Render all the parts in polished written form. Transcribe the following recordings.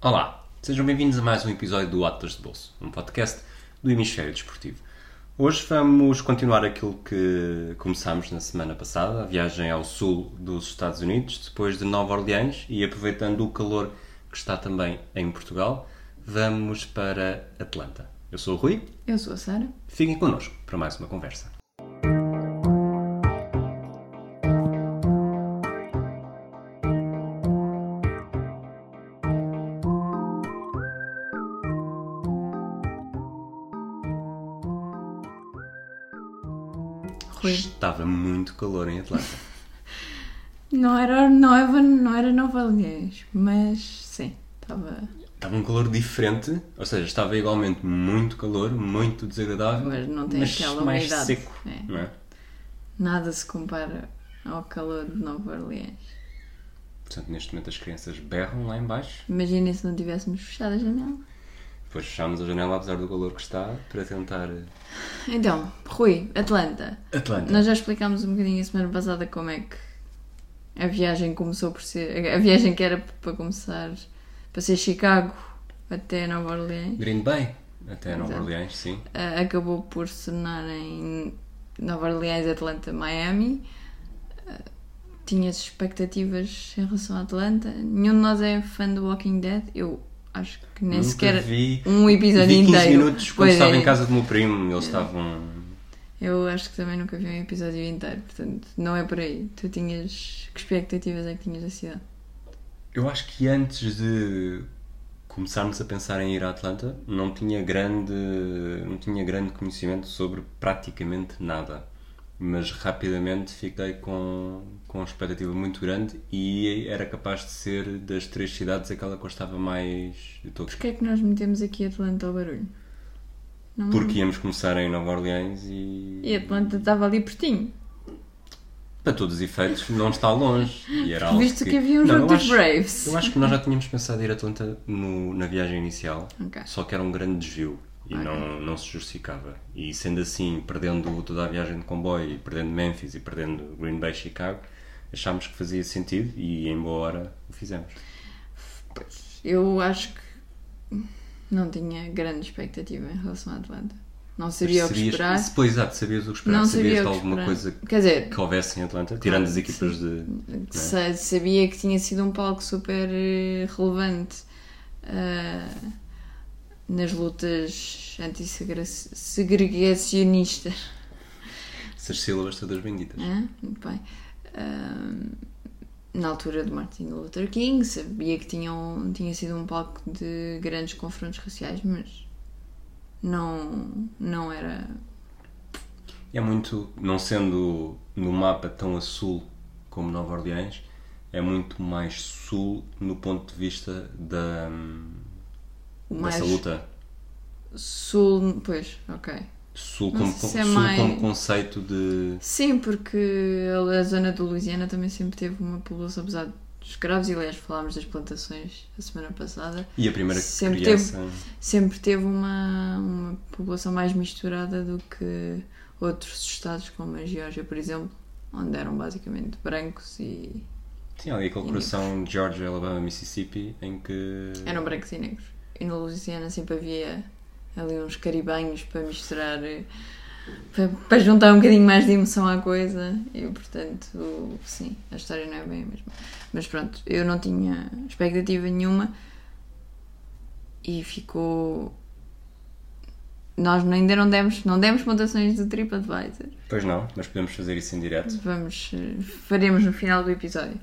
Olá, sejam bem-vindos a mais um episódio do Atlas de Bolso, um podcast do Hemisfério Desportivo. Hoje vamos continuar aquilo que começámos na semana passada, a viagem ao sul dos Estados Unidos, depois de Nova Orleans, e aproveitando o calor que está também em Portugal, vamos para Atlanta. Eu sou o Rui. Eu sou a Sara. Fiquem connosco para mais uma conversa. Rui. Estava muito calor em Atlanta. Não era Nova Orleans, mas sim, estava. Estava um calor diferente, ou seja, estava igualmente muito calor, muito desagradável, Mas não tem aquela mais umidade. seco, É. não é? Nada se compara ao calor de Nova Orleans. Portanto, neste momento as crianças berram lá em baixo. Imaginem se não tivéssemos fechado a janela. Depois fechámos a janela, apesar do calor que está, para tentar... Então, Rui, Atlanta. Atlanta. Nós já explicámos um bocadinho a semana passada como é que a viagem começou por ser... A viagem que era para começar, para ser Chicago até Nova Orleans. Green Bay, até Nova Exato. Orleans, sim. Acabou por se tornar em Nova Orleans, Atlanta, Miami. Tinhas expectativas em relação a Atlanta? Nenhum de nós é fã do Walking Dead. Eu acho que nem Nunca sequer vi, um episódio vi 15 inteiro. minutos quando Pois estava é. em casa do meu primo, eles estavam... Eu acho que também nunca vi um episódio inteiro, portanto, não é por aí. Tu tinhas... Que expectativas é que tinhas da cidade? Eu acho que antes de começarmos a pensar em ir a Atlanta, não tinha grande conhecimento sobre praticamente nada. Mas rapidamente fiquei com uma expectativa muito grande e era capaz de ser, das 3 cidades, aquela que eu estava mais de todos. Porquê é que nós metemos aqui Atlanta ao barulho? Não... Porque íamos começar em Nova Orleans E Atlanta estava ali pertinho. para todos os efeitos, não está longe. E era algo Visto que havia um Não, jogo eu dos acho- Braves. Eu acho que nós já tínhamos pensado em ir a Atlanta na viagem inicial, Ok. só que era um grande desvio e Ok. não se justificava. E sendo assim, perdendo toda a viagem de comboio, e perdendo Memphis e perdendo Green Bay, Chicago, achámos que fazia sentido e em boa hora o fizemos. Pois, eu acho que não tinha grande expectativa em relação a Atlanta. Não sabia o que esperar. Depois, exato, sabias o que esperar, Não sabias sabia de o que alguma esperar. coisa Quer dizer, que houvesse em Atlanta, tirando as equipas sim. de... não é? Sabia que tinha sido um palco super relevante nas lutas anti-segregacionistas. Essas sílabas todas benditas. Muito bem. Na altura de Martin Luther King, sabia que tinha sido um palco de grandes confrontos raciais, mas não era. É muito, não sendo no mapa tão a sul como Nova Orleans, é muito mais sul no ponto de vista dessa mais luta. Sul, pois, ok. Sul, Não como, sei se é sul mais- como conceito de... Sim, porque a zona de Louisiana também sempre teve uma população, apesar dos escravos, e aliás falámos das plantações a semana passada, E a primeira Sempre criança... sempre teve uma população mais misturada do que outros estados, como a Geórgia, por exemplo, onde eram basicamente brancos e Sim, ali aquele coração de Georgia, Alabama, Mississippi, em que... eram brancos e negros. E na Louisiana sempre havia ali uns caribenhos para misturar, para juntar um bocadinho mais de emoção à coisa, e portanto, sim, a história não é bem a mesma. Mas pronto, eu não tinha expectativa nenhuma e ficou. Nós ainda não demos pontuações do TripAdvisor. Pois não, mas podemos fazer isso em direto. Faremos no final do episódio.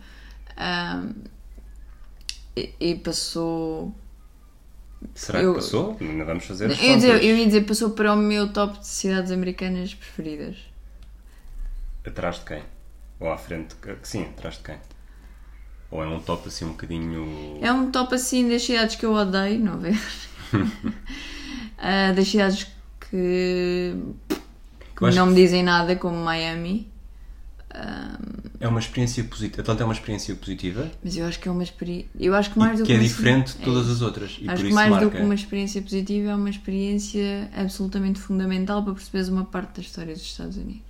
E passou. Será que passou? Ainda vamos fazer as Eu contas. ia dizer, passou para o meu top de cidades americanas preferidas. Atrás de quem? Ou à frente? Sim, atrás de quem? Ou é um top assim um bocadinho... É um top assim das cidades que eu odeio, não ver? Das cidades que Eu acho não que me dizem nada, como Miami. é uma experiência positiva. Atlanta é uma experiência positiva Mas eu acho que é uma experiência. Eu acho que mais do que é uma- diferente de é todas isso. as outras. E Acho por que isso mais marca. do que uma experiência positiva, é uma experiência absolutamente fundamental para perceberes uma parte da história dos Estados Unidos.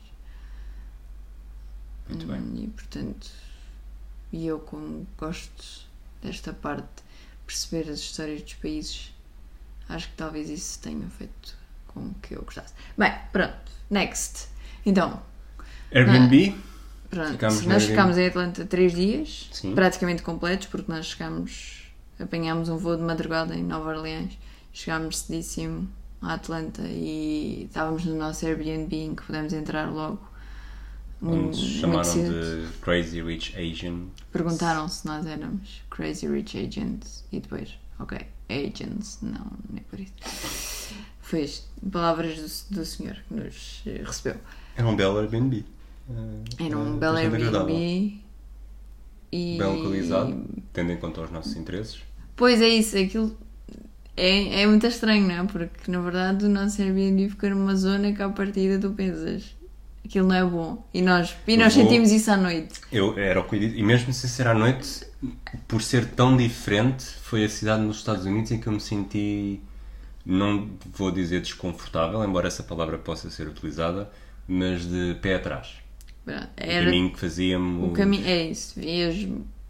Muito bem. E portanto, eu como gosto desta parte perceber as histórias dos países. Acho que talvez isso tenha feito com que eu gostasse. Bem, pronto. Next. Então. Airbnb. Pronto. Nós ficámos em Atlanta 3 dias. Sim. Praticamente completos, porque nós apanhámos um voo de madrugada em Nova Orleans. Chegámos cedíssimo a Atlanta e estávamos no nosso Airbnb em que pudemos entrar logo. Onde chamaram de Crazy Rich Asian. Perguntaram se nós éramos Crazy Rich Agents e depois, ok, Agents, não, nem por isso. Foi isto, palavras do senhor que nos recebeu. Era um belo Airbnb. Era um belo Airbnb e... bem localizado, tendo em conta os nossos interesses. Pois é isso, aquilo é muito estranho, não é? Porque na verdade o nosso Airbnb fica numa zona que à partida tu pensas aquilo não é bom. E nós sentimos isso à noite. Era o que eu disse. E mesmo sem ser à noite, por ser tão diferente, foi a cidade nos Estados Unidos em que eu me senti, não vou dizer desconfortável, embora essa palavra possa ser utilizada, mas de pé atrás. Era o caminho que fazíamos... O caminho, é isso. Vias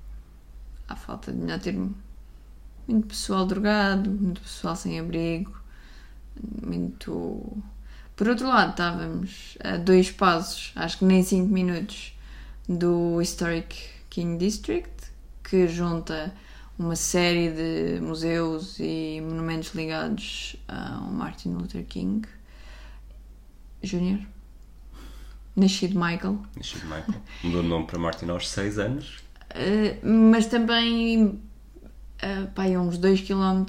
à falta de melhor termo. Muito pessoal drogado, muito pessoal sem abrigo, muito... Por outro lado, estávamos a 2 passos, acho que nem 5 minutos, do Historic King District, que junta uma série de museus e monumentos ligados ao Martin Luther King Jr. Nascido Michael. Mudou de nome para Martin aos 6 anos. Mas também a uns 2 km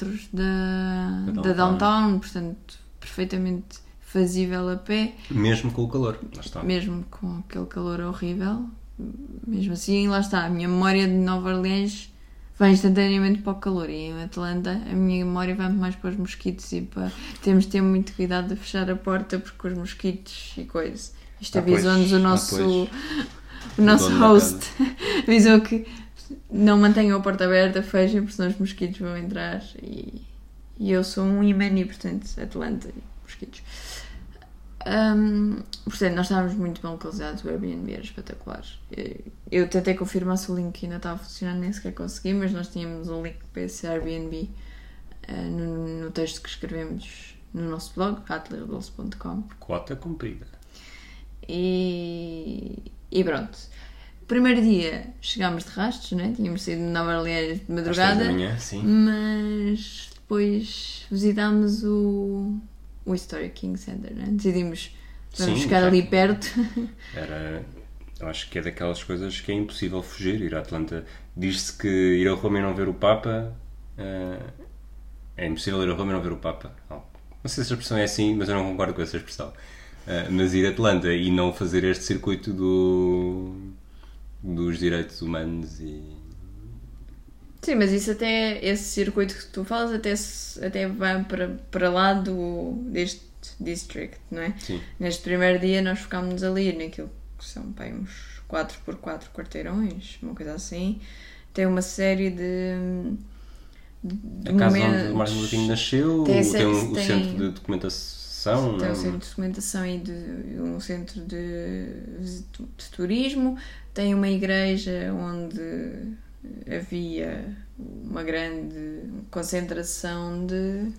da downtown, portanto, perfeitamente fazível a pé. Mesmo com o calor, lá está. Mesmo com aquele calor horrível. Mesmo assim, lá está. A minha memória de Nova Orleans vai instantaneamente para o calor. E em Atlanta, a minha memória vai mais para os mosquitos e para... Temos de ter muito cuidado de fechar a porta porque os mosquitos e coisas. Isto avisou-nos o nosso host. Avisou que não mantenham a porta aberta, fechem, porque senão os mosquitos vão entrar. E eu sou um imã e, portanto, Atlanta e mosquitos. Portanto, nós estávamos muito bem localizados, o Airbnb era espetacular. Eu tentei confirmar se o link ainda estava a funcionar, nem sequer consegui, mas nós tínhamos um link para esse Airbnb no texto que escrevemos no nosso blog, atlerbolso.com. Cota cumprida. E pronto. Primeiro dia chegámos de rastros, né? Tínhamos saído de Nova Orleans de madrugada, às 3 da manhã, sim. Mas depois visitámos o Historic King Center, né? Decidimos ficar ali perto. Eu acho que é daquelas coisas que é impossível fugir. Ir a Atlanta, diz-se que ir a Roma e não ver o Papa é impossível ir a Roma e não ver o Papa. Não sei se a expressão é assim, mas eu não concordo com essa expressão. Mas ir a Atlanta e não fazer este circuito dos direitos humanos e... Sim, mas isso até, esse circuito que tu falas até vai para lá deste district, não é? Sim. Neste primeiro dia nós ficámos ali naquilo que são uns 4x4 quarteirões, uma coisa assim. Tem uma série de a casa onde o Martin Luther King nasceu, tem o centro de documentação. Tem um centro de documentação e um centro de turismo. Tem uma igreja onde havia uma grande concentração de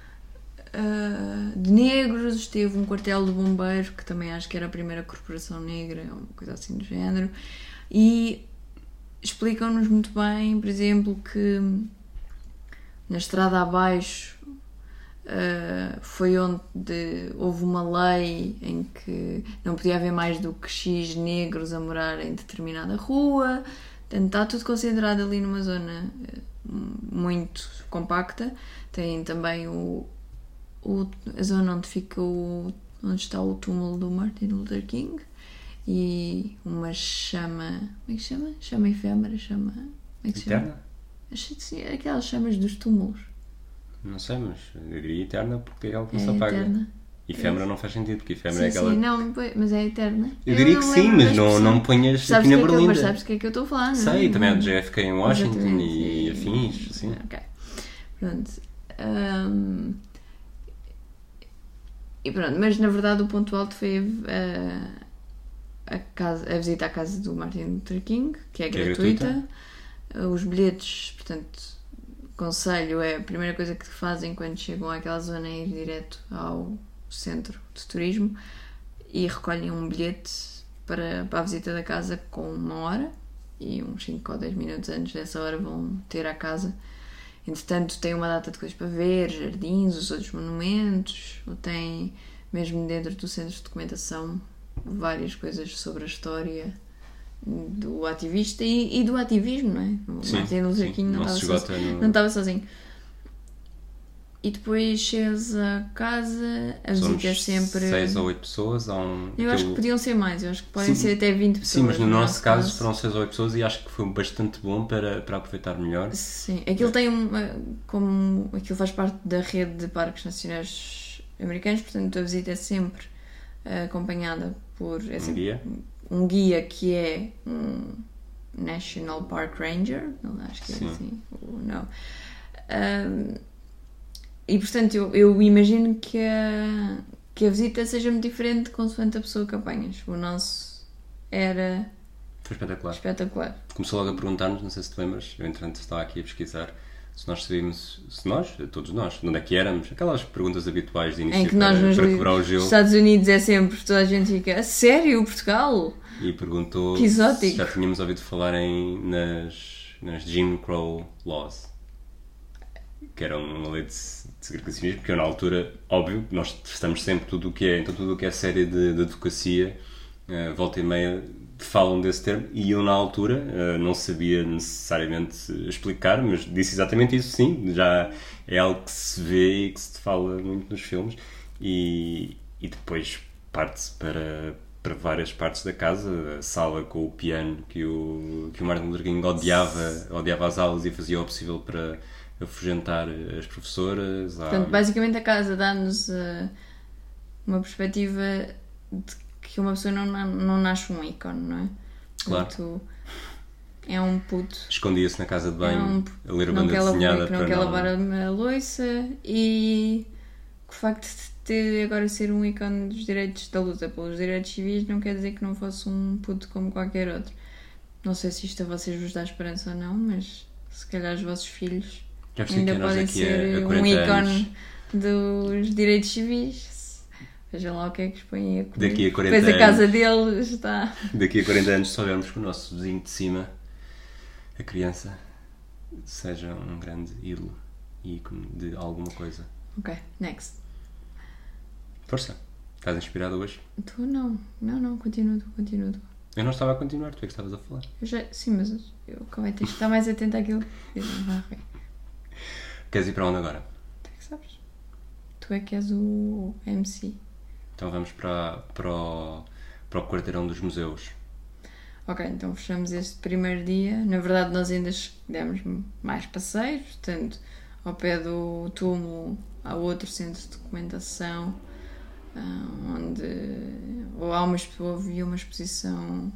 negros. Teve um quartel de bombeiro, que também acho que era a primeira corporação negra, uma coisa assim do género. E explicam-nos muito bem, por exemplo, que na estrada abaixo foi onde houve uma lei em que não podia haver mais do que X negros a morar em determinada rua. Portanto, está tudo concentrado ali numa zona muito compacta. Tem também a zona onde está o túmulo do Martin Luther King e uma chama... Como é que se chama? Chama efêmera? Como é que se chama? Eterna? Acho que sim, aquelas chamas dos túmulos. Não sei, mas eu diria eterna porque é algo que não se apaga. Eterna. Efêmera não faz sentido, porque efêmera é aquela... Sim, não, mas é eterna. Eu diria que sim, mas não me ponhas aqui na Berlinda. Mas sabes o que é que eu estou a falar, não é? Sei, também há de JFK em Washington. Exatamente. E afins, assim. Ok. Pronto. E pronto, mas na verdade o ponto alto foi a visita à casa do Martin Luther King, que é gratuita. Os bilhetes, portanto, aconselho é a primeira coisa que fazem quando chegam àquela zona é ir direto ao centro de turismo e recolhem um bilhete para a visita da casa com 1 hora e uns 5 ou 10 minutos antes dessa hora vão ter a casa. Entretanto, tem uma data de coisas para ver, jardins, os outros monumentos, ou tem, mesmo dentro do centro de documentação, várias coisas sobre a história do ativista e do ativismo, não é? O Martin Luther King não estava sozinho. E depois chegas a casa, a visita é sempre... 6 ou 8 pessoas. Eu acho que podiam ser mais, eu acho que podem ser até 20 pessoas. Sim, mas no nosso caso foram 6 ou 8 pessoas e acho que foi bastante bom para aproveitar melhor. Sim, aquilo tem como aquilo faz parte da rede de parques nacionais americanos, portanto a visita é sempre acompanhada por um guia que é um National Park Ranger, acho que é assim, não. E portanto eu imagino que a visita seja muito diferente consoante a pessoa que apanhas. O nosso era... Foi espetacular. Espetacular. Começou logo a perguntar-nos, não sei se te lembras, eu entretanto estava aqui a pesquisar, se nós sabíamos, todos nós, de onde é que éramos, aquelas perguntas habituais de início em que nós para quebrar o gelo. Nos Estados Unidos é sempre, toda a gente fica, a sério, Portugal? E perguntou que exótico. Se já tínhamos ouvido falar nas Jim Crow Laws, que era uma lei de segregacionismo, porque eu na altura, óbvio, nós testamos sempre tudo o que é série de advocacia, volta e meia falam desse termo, e eu na altura não sabia necessariamente explicar, mas disse exatamente isso, sim, já é algo que se vê e que se fala muito nos filmes, e depois parte-se para várias partes da casa, a sala com o piano que o Martin Luther King odiava as aulas e fazia o possível para afugentar as professoras. Portanto, basicamente a casa dá-nos uma perspectiva de que uma pessoa não nasce um ícone, não é? Claro. Portanto, é um puto. Escondia-se na casa de banho a ler a banda desenhada para não quer lavar a louça, e o facto de ter agora ser um ícone dos direitos da luta pelos direitos civis não quer dizer que não fosse um puto como qualquer outro. Não sei se isto a vocês vos dá esperança ou não, mas se calhar os vossos filhos ainda podem ser um ícone dos direitos civis. Vejam lá o que é que os põem a comer. Daqui a 40 Depois a casa deles está... Daqui a 40 anos, se soubermos que o nosso vizinho de cima, a criança, seja um grande ídolo e ícone de alguma coisa. Ok, next. Força. Estás inspirado hoje? Tu não, continuo. Eu não estava a continuar, tu é que estavas a falar. Sim, mas eu acabei de estar mais atenta àquilo. Queres ir para onde agora? Tu é que sabes. Tu é que és o MC. Então vamos para o quarteirão dos museus. Ok, então fechamos este primeiro dia. Na verdade nós ainda demos mais passeios, portanto, ao pé do túmulo há outro centro de documentação, onde havia uma exposição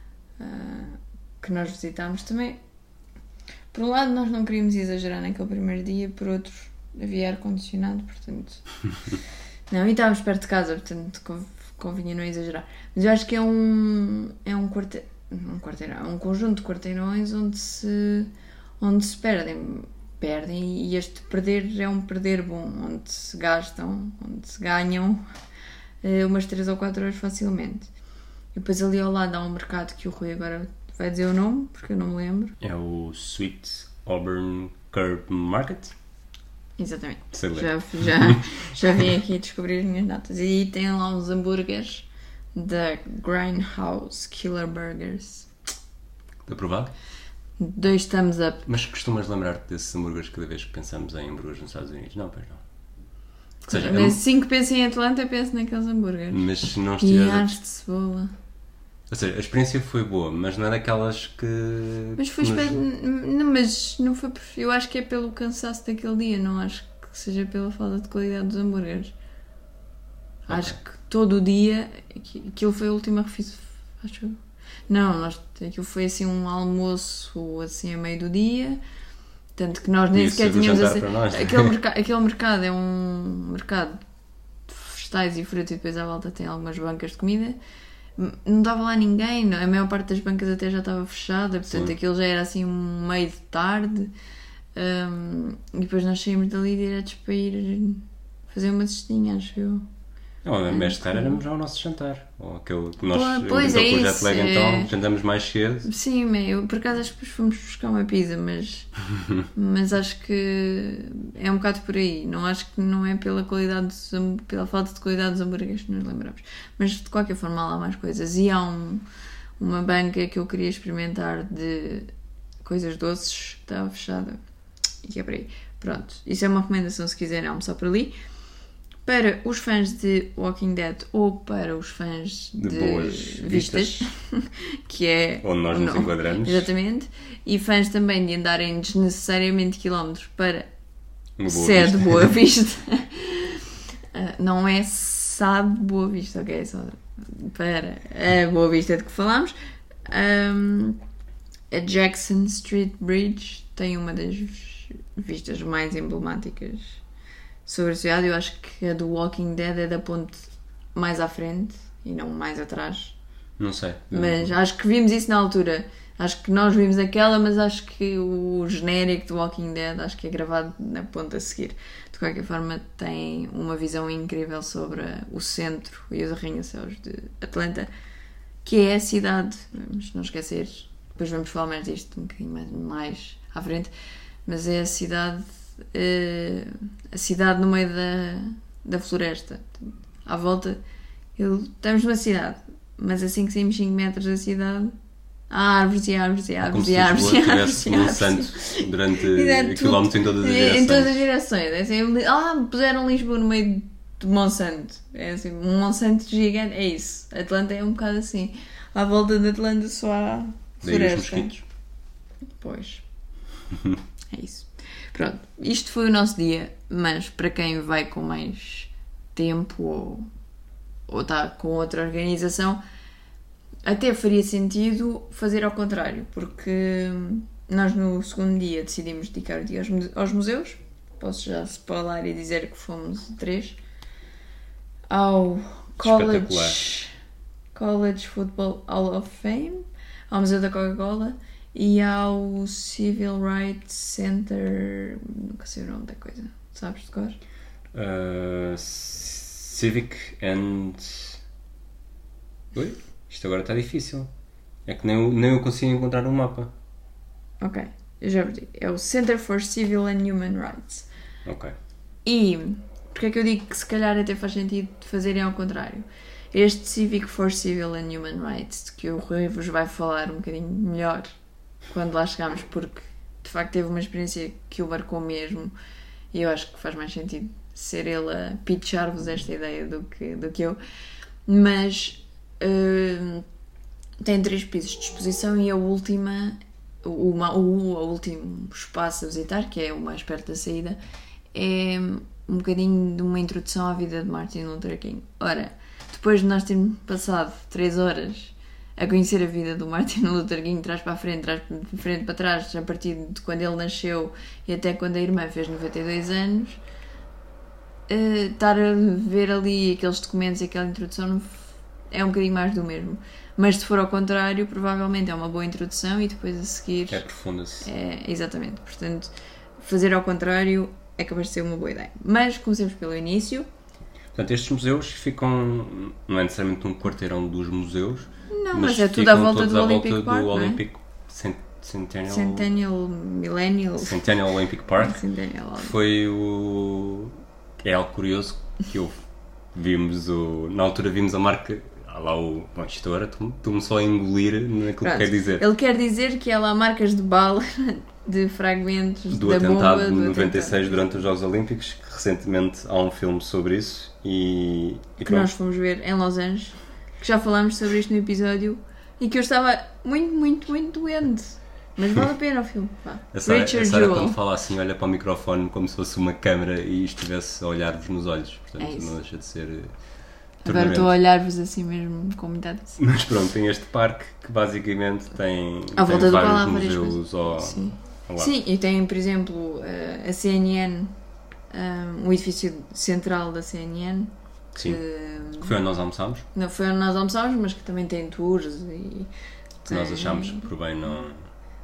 que nós visitámos também. Por um lado nós não queríamos exagerar naquele primeiro dia, por outro havia ar-condicionado, portanto... Não, e estávamos perto de casa, portanto convinha não exagerar. Mas eu acho que é um conjunto de quarteirões onde se perdem, e este perder é um perder bom, onde se gastam, onde se ganham umas 3 ou 4 horas facilmente. E depois ali ao lado há um mercado que o Rui agora vai dizer o nome, porque eu não me lembro. É o Sweet Auburn Curb Market. Exatamente. Já vim aqui descobrir as minhas notas. E tem lá uns hambúrgueres da Grindhouse Killer Burgers. Aprovado? 2 thumbs up. Mas costumas lembrar-te desses hambúrgueres cada vez que pensamos em hambúrgueres nos Estados Unidos? Não, pois não. Ou seja, assim que penso em Atlanta, penso naqueles hambúrgueres. Mas se não estiver... E ares de cebola. Ou seja, a experiência foi boa, mas não é daquelas que... Mas foi... Mas não foi... Eu acho que é pelo cansaço daquele dia, não acho que seja pela falta de qualidade dos hambúrgueres. Okay. Acho que todo o dia... Aquilo foi a última refeição... Acho eu. Não, aquilo foi assim um almoço assim a meio do dia, tanto que nós nem sequer tínhamos aquele mercado é um mercado de vegetais e fruta, e depois à volta tem algumas bancas de comida. Não estava lá ninguém, a maior parte das bancas até já estava fechada, portanto aquilo já era assim um meio de tarde. E depois nós saímos dali diretos para ir fazer uma cestinha, acho eu. Ou em vez de estar, éramos já ao nosso jantar. Ou aquele que nós, Pois então, é com o isso, jet lag, então, jantamos mais cedo. Sim, eu por acaso acho que depois fomos buscar uma pizza, mas acho que é um bocado por aí. Não acho que não é pela qualidade pela falta de qualidade dos hambúrgueres que nos lembramos. Mas de qualquer forma há lá mais coisas. E há uma banca que eu queria experimentar de coisas doces que estava fechada. E é por aí. Pronto, isso é uma recomendação se quiserem almoçar por ali. Para os fãs de Walking Dead ou para os fãs de boas vistas, que é onde nós nos enquadramos. Exatamente. E fãs também de andarem desnecessariamente quilómetros para Sede Boa Vista. Não é Sade Boa Vista, ok? Só para a Boa Vista de que falámos. A Jackson Street Bridge tem uma das vistas mais emblemáticas sobre a cidade. Eu acho que a do Walking Dead é da ponte mais à frente e não mais atrás. Não sei. Mas acho que vimos isso na altura. Acho que nós vimos aquela, mas acho que o genérico do Walking Dead acho que é gravado na ponte a seguir. De qualquer forma, tem uma visão incrível sobre o centro e os arranha-céus de Atlanta, que é a cidade. Vamos não esquecer, depois vamos falar mais disto um bocadinho mais à frente, mas é a cidade no meio da floresta. À volta, estamos numa cidade, mas assim que saímos 5 metros da cidade, há árvores e árvores e árvores e árvores e árvores. Como se Monsanto durante quilómetros em todas as direções. Em todas as direções. É assim, puseram Lisboa no meio de Monsanto. É assim, um Monsanto gigante. É isso. Atlanta é um bocado assim. À volta de Atlanta só há floresta. Daí os mosquitos. Pois. É isso. Pronto. Isto foi o nosso dia, mas para quem vai com mais tempo ou está com outra organização, até faria sentido fazer ao contrário, porque nós no segundo dia decidimos dedicar o dia aos museus. Posso já spoiler e dizer que fomos 3 ao College Football Hall of Fame, ao Museu da Coca-Cola e ao Civil Rights Center, nunca sei o nome da coisa, sabes de cor? Civic and... Oi? Isto agora está difícil. É que nem eu consigo encontrar um mapa. Ok, eu já perdi. É o Center for Civil and Human Rights. Ok. E porque é que eu digo que se calhar até faz sentido fazerem ao contrário? Este Civic for Civil and Human Rights, que o Rui vos vai falar um bocadinho melhor quando lá chegarmos, porque de facto teve uma experiência que o marcou mesmo e eu acho que faz mais sentido ser ele a pitchar-vos esta ideia do que eu. Mas tem 3 pisos de exposição e a última, o último espaço a visitar, que é o mais perto da saída, é um bocadinho de uma introdução à vida de Martin Luther King. Ora, depois de nós termos passado 3 horas a conhecer a vida do Martin Luther King, trás para a frente, para trás, a partir de quando ele nasceu e até quando a irmã fez 92 anos, estar a ver ali aqueles documentos e aquela introdução é um bocadinho mais do mesmo. Mas se for ao contrário, provavelmente é uma boa introdução e depois a seguir... Aprofunda-se. Exatamente. Portanto, fazer ao contrário é capaz de ser uma boa ideia. Mas comecemos pelo início. Portanto, estes museus ficam, não é necessariamente um quarteirão dos museus, não, mas é tudo à volta do Olympic Park, do Olympic Centennial Olympic Park. Centennial. Foi é algo curioso que na altura vimos a marca, bom, isto agora estou-me só a engolir naquilo que quer dizer. Ele quer dizer que há lá marcas de bala, de fragmentos do atentado de 96 durante os Jogos Olímpicos, que recentemente há um filme sobre isso que nós fomos ver em Los Angeles, que já falámos sobre isto no episódio e que eu estava muito, muito, muito doente, mas vale a pena o filme. A Sara quando fala assim olha para o microfone como se fosse uma câmara e estivesse a olhar-vos nos olhos, portanto não deixa de ser agora estou a olhar-vos assim mesmo com muita atenção. Mas pronto, tem este parque que basicamente tem volta vários museus Sim, e tem, por exemplo, a CNN, o edifício central da CNN. Sim, que foi onde nós almoçámos. Não foi onde nós almoçámos, mas que também tem tours e... Que nós achámos por bem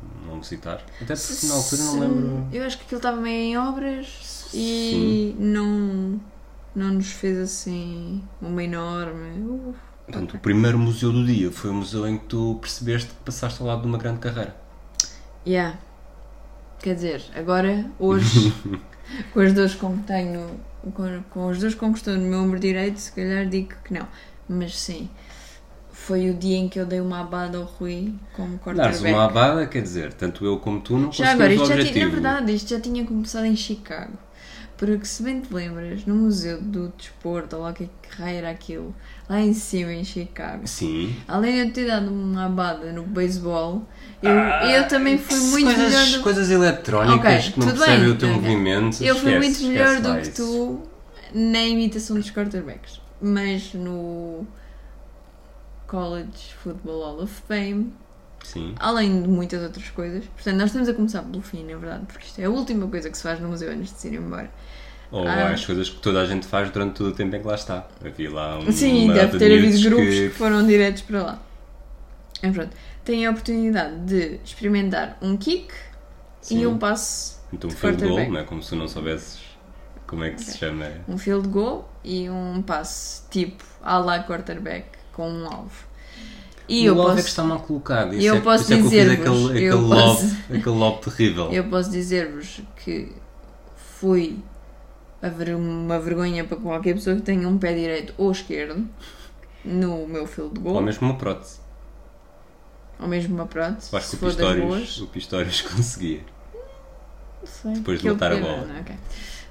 não citar. Até porque na altura não lembro. Eu acho que aquilo estava meio em obras e não nos fez assim uma enorme. Portanto, o primeiro museu do dia foi o museu em que tu percebeste que passaste ao lado de uma grande carreira. Yeah. Quer dizer, agora, hoje, com as duas com que tenho, com as duas com que estou no meu ombro direito, se calhar digo que não. Mas sim, foi o dia em que eu dei uma abada ao Rui como quarterback. Dares uma abada, quer dizer, tanto eu como tu não Já agora, conseguimos o objetivo. na verdade, isto já tinha começado em Chicago. Porque se bem te lembras, no Museu do Desporto, ou lá que raio era aquilo, lá em cima em Chicago, Sim. além de eu ter dado uma abada no beisebol, eu também fui muito melhor coisas eletrónicas que não tudo percebem bem, o teu movimento. Eu fui muito melhor do lá que isso. tu na imitação dos quarterbacks. Mas no College Football Hall of Fame, Sim. além de muitas outras coisas, portanto nós estamos a começar pelo fim, na verdade, porque isto é a última coisa que se faz no museu antes de se ir embora. Ou as coisas que toda a gente faz durante todo o tempo em que lá está. Havia lá Sim, uma deve data ter de havido miúdos grupos que foram diretos para lá. É pronto. Tenho a oportunidade de experimentar um kick e um passe então, de um field goal, quarterback. não é? Como se tu não soubesses como é que se chama. Um field goal e um passe tipo à la quarterback com um alvo. E o alvo é que está mal colocado. Isso eu é, posso isso é que eu fiz dizer-vos, aquele lob terrível. Eu posso dizer-vos que fui uma vergonha para qualquer pessoa que tenha um pé direito ou esquerdo no meu field goal. Ou mesmo uma prótese. Ou mesmo uma prótese. Eu acho que se for das boas. o Pistorius conseguia. Não sei, Depois de matar a bola. Não, okay.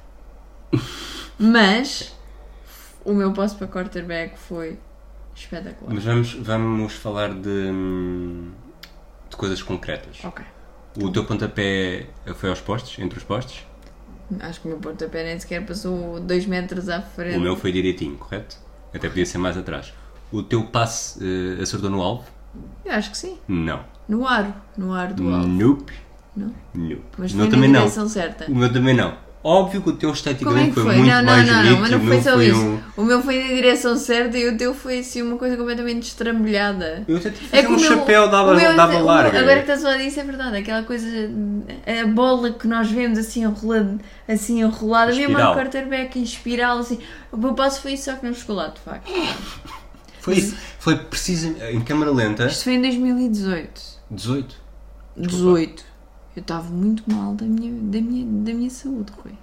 Mas o meu passo para quarterback foi espetacular. Mas vamos falar de coisas concretas. Ok. O teu pontapé foi aos postes, entre os postes? Acho que o meu pontapé nem sequer passou 2 metros à frente. O meu foi direitinho, correto? Até podia ser mais atrás. O teu passe acertou no alvo? Eu acho que sim. Não. No aro do alvo. Nope. Não? Nope. Mas O meu foi também na não. direção certa. O meu também não. Óbvio que o teu Como é esteticamente que foi foi? muito Não, mais bonito. mas não e o foi meu só foi isso. O meu foi na direção certa e o teu foi assim uma coisa completamente estrambulhada. Eu até tive que fazer um chapéu, dava larga. Agora que estás a falar disso é verdade. Aquela coisa, a bola que nós vemos assim enrolada, mesmo a quarterback em espiral, assim. O meu passo foi isso, só que não chegou lá, de facto. Foi isso. Foi preciso em câmara lenta. Isto foi em 2018. 18? 18. Eu estava muito mal da minha saúde, Rui.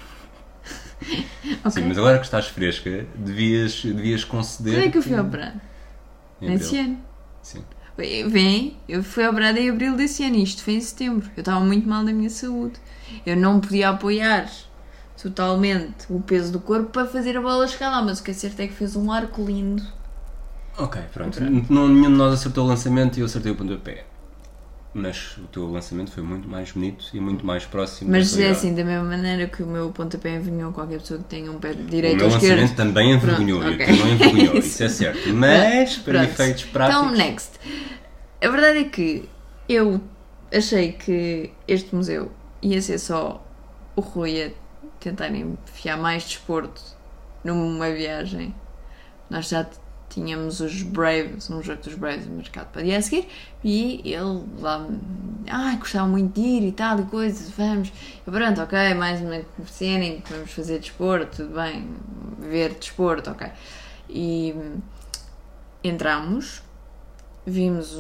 Okay. Sim, mas agora que estás fresca, devias conceder. Quando é que eu fui operada? Nesse ano. Sim. Eu fui operada em abril desse ano, isto foi em setembro. Eu estava muito mal da minha saúde. Eu não podia apoiar totalmente o peso do corpo para fazer a bola chegar lá, mas o que é certo é que fez um arco lindo. Ok, pronto. Nenhum de nós acertou o lançamento e eu acertei o pontapé. Mas o teu lançamento foi muito mais bonito e muito mais próximo. Mas é assim, da mesma maneira que o meu pontapé envergonhou qualquer pessoa que tenha um pé direito ou esquerdo. O meu lançamento também envergonhou, e o teu não envergonhou, isso é certo. Mas, para efeitos práticos... Então, next. A verdade é que eu achei que este museu ia ser só o Rui a tentar enfiar mais desporto numa viagem. Nós já tínhamos os Braves, um jogo dos Braves marcado para o dia a seguir, e ele lá, gostava muito de ir e tal, e coisas, vamos, eu pronto, ok, mais uma cena em que vamos fazer desporto, tudo bem, ver desporto, ok. E entramos, vimos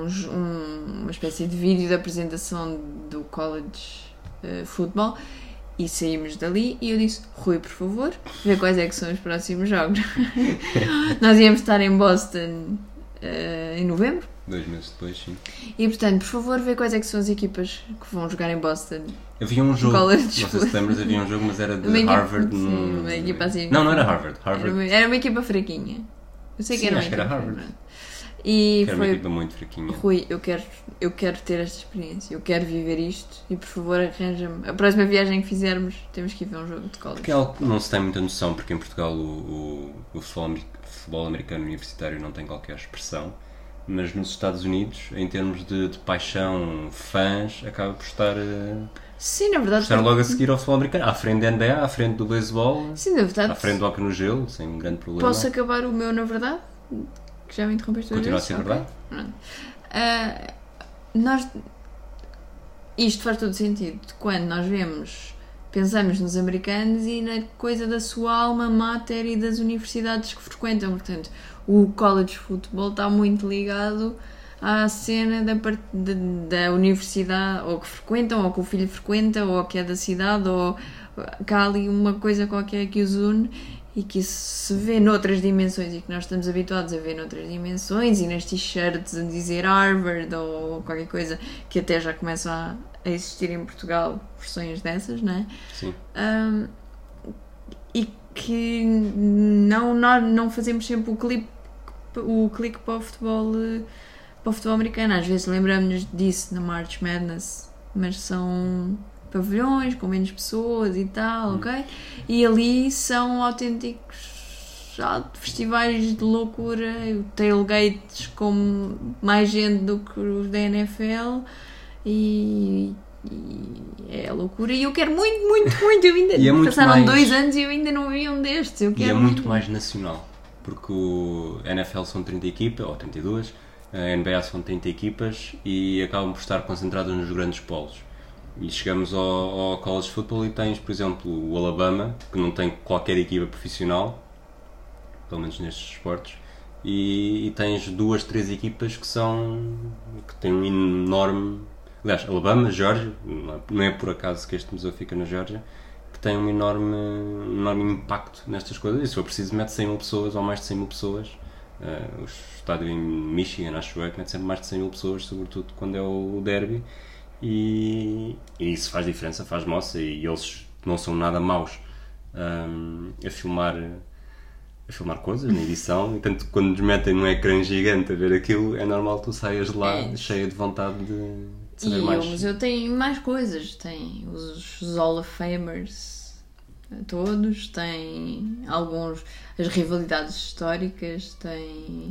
uma espécie de vídeo da apresentação do college football, e saímos dali e eu disse, Rui, por favor, vê quais é que são os próximos jogos. Nós íamos estar em Boston em novembro. 2 meses depois, sim. E portanto, por favor, vê quais é que são as equipas que vão jogar em Boston. Havia um jogo, college. Não sei se lembras, havia um jogo, mas era de Harvard. Sim, uma equipa assim. Não era Harvard. Era uma equipa fraquinha. Eu sei que sim, era uma acho equipa que era Harvard. E que era uma equipa muito fraquinha. Rui, eu quero ter esta experiência, eu quero viver isto e por favor arranja-me. A próxima viagem que fizermos temos que ir ver um jogo de college. Que é algo que não se tem muita noção, porque em Portugal o futebol americano universitário não tem qualquer expressão, mas nos Estados Unidos, em termos de paixão, fãs, acaba por estar... Sim, na verdade. Estar logo a seguir ao futebol americano, à frente da NBA, à frente do beisebol, sim, na verdade, à frente do hóquei no gelo, sem um grande problema. Posso acabar o meu, na verdade? Que já me interrompeste. Continua a ser verdade? isto faz todo sentido quando nós pensamos nos americanos e na coisa da sua alma mater e das universidades que frequentam. Portanto, o college football está muito ligado à cena da universidade, ou que frequentam, ou que o filho frequenta, ou que é da cidade, ou que há ali uma coisa qualquer que os une e que isso se vê noutras dimensões e que nós estamos habituados a ver noutras dimensões e nas t-shirts a dizer Harvard ou qualquer coisa que até já começam a existir em Portugal versões dessas, não é? Sim. E que nós não fazemos sempre o clique para o futebol americano. Às vezes lembramos-nos disso na March Madness, mas são pavilhões com menos pessoas e tal, ok? E ali são autênticos festivais de loucura, tailgates com mais gente do que os da NFL e é loucura. E eu quero muito. Eu ainda passaram 2 anos e eu ainda não vi um destes. Eu quero e é muito mais nacional, porque o NFL são 30 equipas, ou 32, a NBA são 30 equipas e acabam por estar concentradas nos grandes polos. E chegamos ao college football e tens, por exemplo, o Alabama, que não tem qualquer equipa profissional, pelo menos nestes esportes, e tens 2, 3 equipas que têm um enorme... Aliás, Alabama, Geórgia, não é por acaso que este museu fica na Geórgia, que tem um enorme impacto nestas coisas. E se for preciso, mete 100 mil pessoas ou mais de 100 mil pessoas. O estádio em Michigan, acho eu, que mete sempre mais de 100 mil pessoas, sobretudo quando é o derby. E isso faz diferença, faz moça, e eles não são nada maus a filmar coisas na edição, e tanto quando nos metem num ecrã gigante a ver aquilo, é normal que tu saias de lá cheia de vontade de saber mais. E o museu tem mais coisas, tem os Hall of Famers todos, tem as rivalidades históricas, tem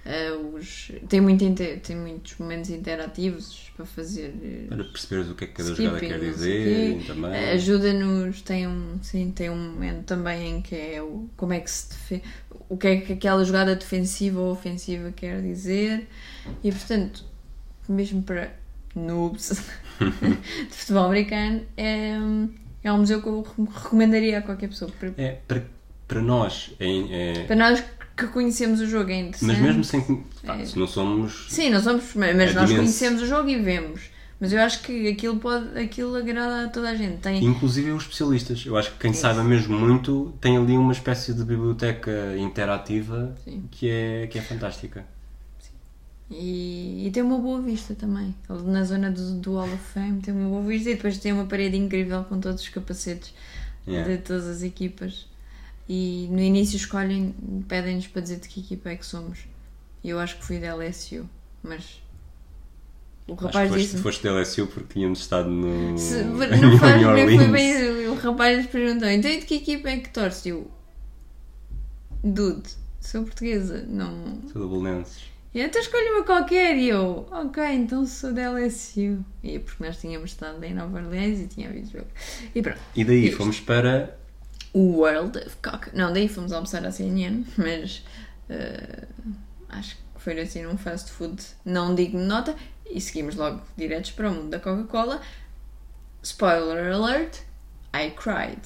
muitos momentos interativos para fazer, para perceberes o que é que cada jogada quer dizer também. Ajuda-nos, tem um momento também em que é como é que se defende, o que é que aquela jogada defensiva ou ofensiva quer dizer, e portanto, mesmo para noobs de futebol americano, é um museu que eu recomendaria a qualquer pessoa. Para nós para nós que conhecemos o jogo é interessante. Mas mesmo sem... se não somos... Sim, não somos... Mas nós conhecemos o jogo e vemos. Mas eu acho que aquilo agrada a toda a gente. Inclusive os especialistas. Eu acho que quem saiba mesmo muito tem ali uma espécie de biblioteca interativa que é fantástica. Sim. E tem uma boa vista também. Na zona do Hall of Fame tem uma boa vista e depois tem uma parede incrível com todos os capacetes de todas as equipas. E no início pedem-nos para dizer de que equipa é que somos. E eu acho que fui da LSU, mas o rapaz disse... Foste da LSU porque tínhamos estado no New Orleans. Foi bem, o rapaz perguntou, então e de que equipa é que torce? Eu, dude, sou portuguesa, não... Sou da Belenenses. E então escolho uma qualquer, e eu, ok, então sou da LSU. E porque nós tínhamos estado em Nova Orleans e tinha havido jogo. E pronto. E daí fomos para... o World of Cock. Não, daí fomos almoçar à CNN, mas acho que foi assim num fast food não digno de nota e seguimos logo diretos para o mundo da Coca-Cola. Spoiler alert, I cried.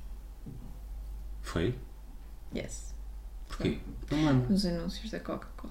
Foi? Yes. Porquê? Não lembro. Os anúncios da Coca-Cola.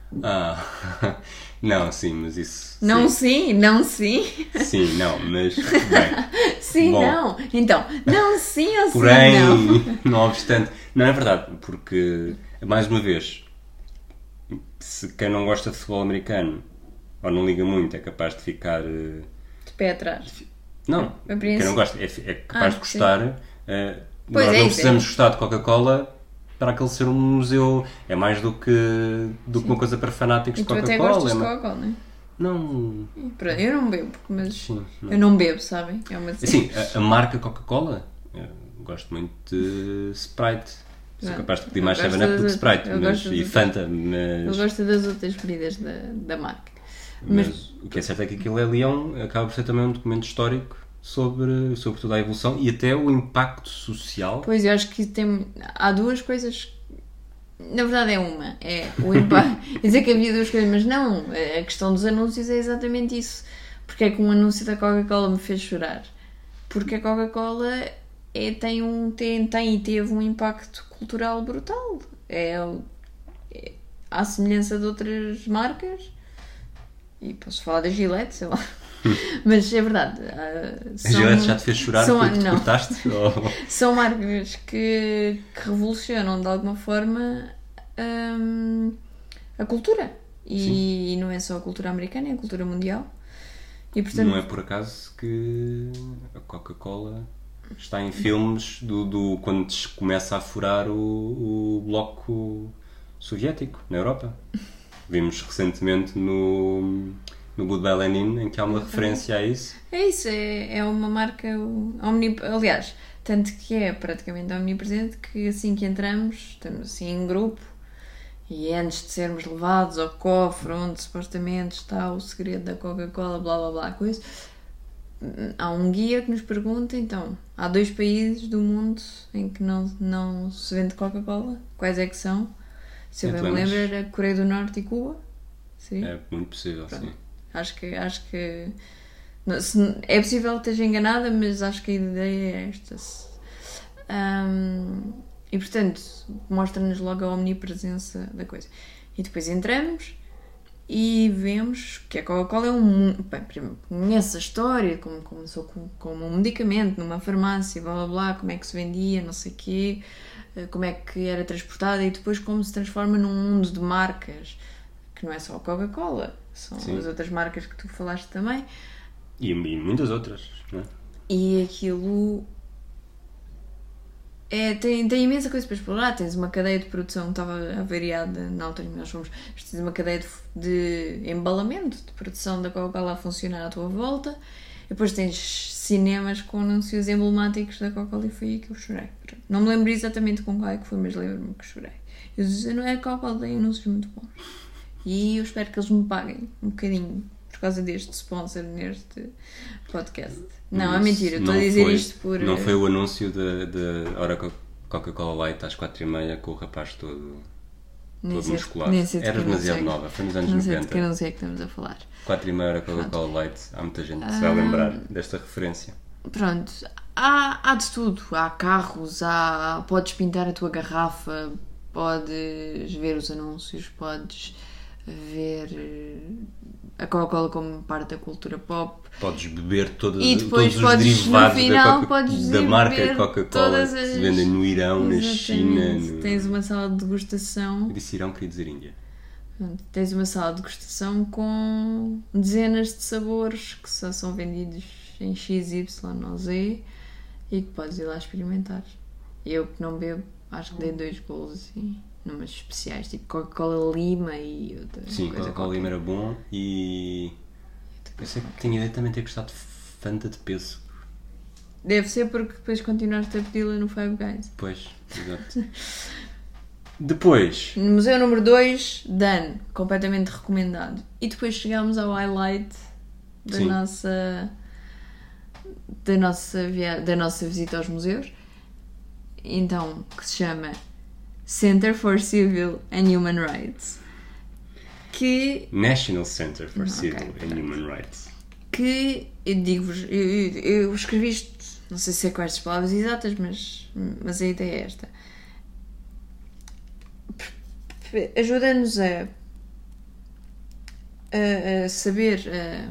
Não, sim, mas isso... Não sim, não sim. Sim, não, mas... Bem, sim, bom, não. Então, não sim ou porém, sim, não obstante... Não, é verdade, porque, mais uma vez, se quem não gosta de futebol americano, ou não liga muito, é capaz de ficar... de pé atrás. Não, quem não gosta é capaz de gostar. Nós não precisamos gostar de Coca-Cola para aquele ser um museu. É mais do que uma coisa para fanáticos de Coca-Cola. E tu até gostas de Coca-Cola, não é? Não... Eu não bebo, mas sim, não. Eu não bebo, sabem? É uma assim, a marca Coca-Cola, eu gosto muito de Sprite. Sou capaz de pedir mais 7-Up do que Sprite e Fanta. Mas... Eu gosto das outras bebidas da marca. Mas o que é certo é que aquilo acaba por ser também um documento histórico sobre toda a evolução e até o impacto social. Pois, eu acho que há duas coisas. Na verdade é uma, é o impacto. Quer dizer que havia duas coisas, mas não, a questão dos anúncios é exatamente isso. Porque é que um anúncio da Coca-Cola me fez chorar? Porque a Coca-Cola tem e teve um impacto cultural brutal. À semelhança de outras marcas, e posso falar da Gillette, sei lá, mas é verdade. A Gillette já te fez chorar porque te cortaste? São marcas que revolucionam de alguma forma a cultura. E não é só a cultura americana, é a cultura mundial. E, portanto, não é por acaso que a Coca-Cola está em filmes quando se começa a furar o bloco soviético na Europa. Vimos recentemente no Goodbye Lenin, em que há uma referência a isso. É isso, é uma marca aliás, tanto que é praticamente omnipresente, que assim que entramos, estamos assim em grupo, e antes de sermos levados ao cofre onde supostamente está o segredo da Coca-Cola, blá blá blá, coisa, há um guia que nos pergunta, então, há 2 países do mundo em que não se vende Coca-Cola, quais é que são? Se eu bem me lembro, era Coreia do Norte e Cuba. Sim? É muito possível, pronto. Sim. Acho que é possível que esteja enganada, mas acho que a ideia é esta. E portanto, mostra-nos logo a omnipresença da coisa. E depois entramos e vemos que a Coca-Cola é primeiro, conhece a história, como começou como um medicamento numa farmácia, blá blá blá, como é que se vendia, não sei o quê, como é que era transportada, e depois como se transforma num mundo de marcas, que não é só a Coca-Cola, são Sim. as outras marcas que tu falaste também. E muitas outras, não é? E aquilo tem imensa coisa para explorar. Tens uma cadeia de produção que estava avariada na altura em que nós fomos. Tens uma cadeia de embalamento, de produção da Coca-Cola a funcionar à tua volta. E depois tens cinemas com anúncios emblemáticos da Coca-Cola, e foi aí que eu chorei. Não me lembro exatamente com qual é que foi, mas lembro-me que chorei. Eu disse, não é, a Coca-Cola tem anúncios muito bons. E eu espero que eles me paguem um bocadinho por causa deste sponsor neste podcast. Não, é mentira, estou a dizer isto por... Não foi o anúncio da hora Coca-Cola Light às 4h30 com o rapaz todo muscular. Era demasiado nova, foi nos anos 90. Não sei de que anúncio é que estamos a falar. 4h30 era Coca-Cola Light, há muita gente que se vai lembrar desta referência. Pronto, há de tudo. Há carros, podes pintar a tua garrafa, podes ver os anúncios, podes ver a Coca-Cola como parte da cultura pop. Podes beber todos os derivados da marca Coca-Cola que se vendem no Irão, na China. Tens uma sala de degustação. Eu disse Irão, queria dizer Índia. Tens uma sala de degustação com dezenas de sabores que só são vendidos em X, Y ou Z e que podes ir lá experimentar. Eu que não bebo, acho que dei 2 golos assim. Numas especiais, tipo Coca-Cola Lima e outra Sim, coisa. Coca-Cola Lima era bom e eu sei que tinha ideia também ter gostado de Fanta de pêssego. Deve ser porque depois continuaste a pedi-la no Five Guys. Pois, exato. Depois... No Museu número 2, Dan, completamente recomendado. E depois chegámos ao highlight da nossa visita aos museus. Então, que se chama Center for Civil and Human Rights, National Center for Civil and Human Rights, que eu digo-vos, eu escrevi isto, não sei se é com estas palavras exatas, mas a ideia é esta. Ajuda-nos a saber,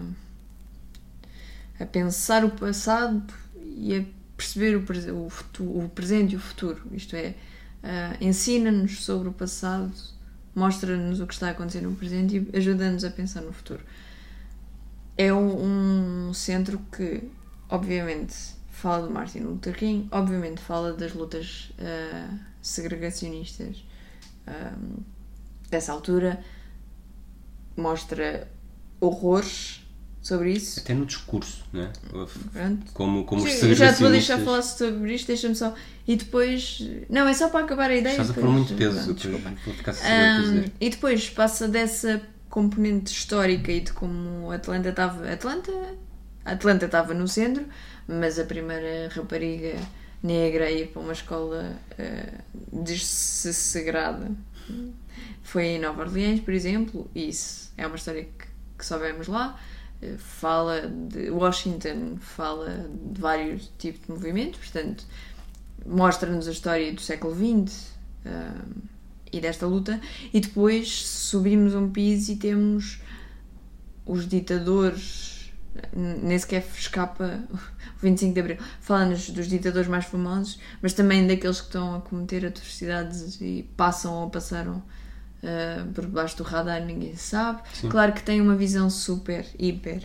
a pensar o passado e a perceber o presente e o futuro, isto é, ensina-nos sobre o passado, mostra-nos o que está a acontecer no presente e ajuda-nos a pensar no futuro. É um centro que, obviamente, fala de Martin Luther King, obviamente fala das lutas segregacionistas dessa altura, mostra horrores sobre isso. Até no discurso, não é? Pronto. Como os segregacionistas... Já te vou deixar falar sobre isto, deixa-me só... E depois... Não, é só para acabar a ideia. Estás a pôr muito peso, desculpa. Vou ficar sem dizer. E depois passa dessa componente histórica e de como Atlanta estava no centro, mas a primeira rapariga negra a ir para uma escola dessagrada foi em Nova Orleans, por exemplo, e isso é uma história que soubemos lá. fala de Washington, fala de vários tipos de movimentos, portanto, mostra-nos a história do século XX e desta luta, e depois subimos um piso e temos os ditadores, nem sequer escapa o 25 de Abril, fala-nos dos ditadores mais famosos, mas também daqueles que estão a cometer atrocidades e passam ou passaram por debaixo do radar, ninguém sabe. Sim. Claro que tem uma visão super, hiper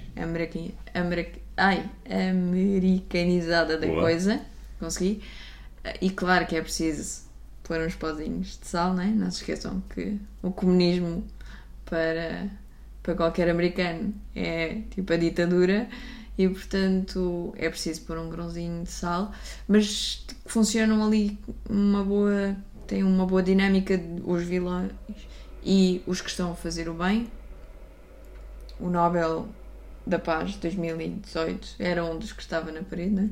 americanizada da coisa, consegui, e claro que é preciso pôr uns pozinhos de sal, né? Não se esqueçam que o comunismo para qualquer americano é tipo a ditadura e portanto é preciso pôr um grãozinho de sal, mas funcionam ali tem uma boa dinâmica, os vilões e os que estão a fazer o bem. O Nobel da Paz de 2018 era um dos que estava na parede, não é?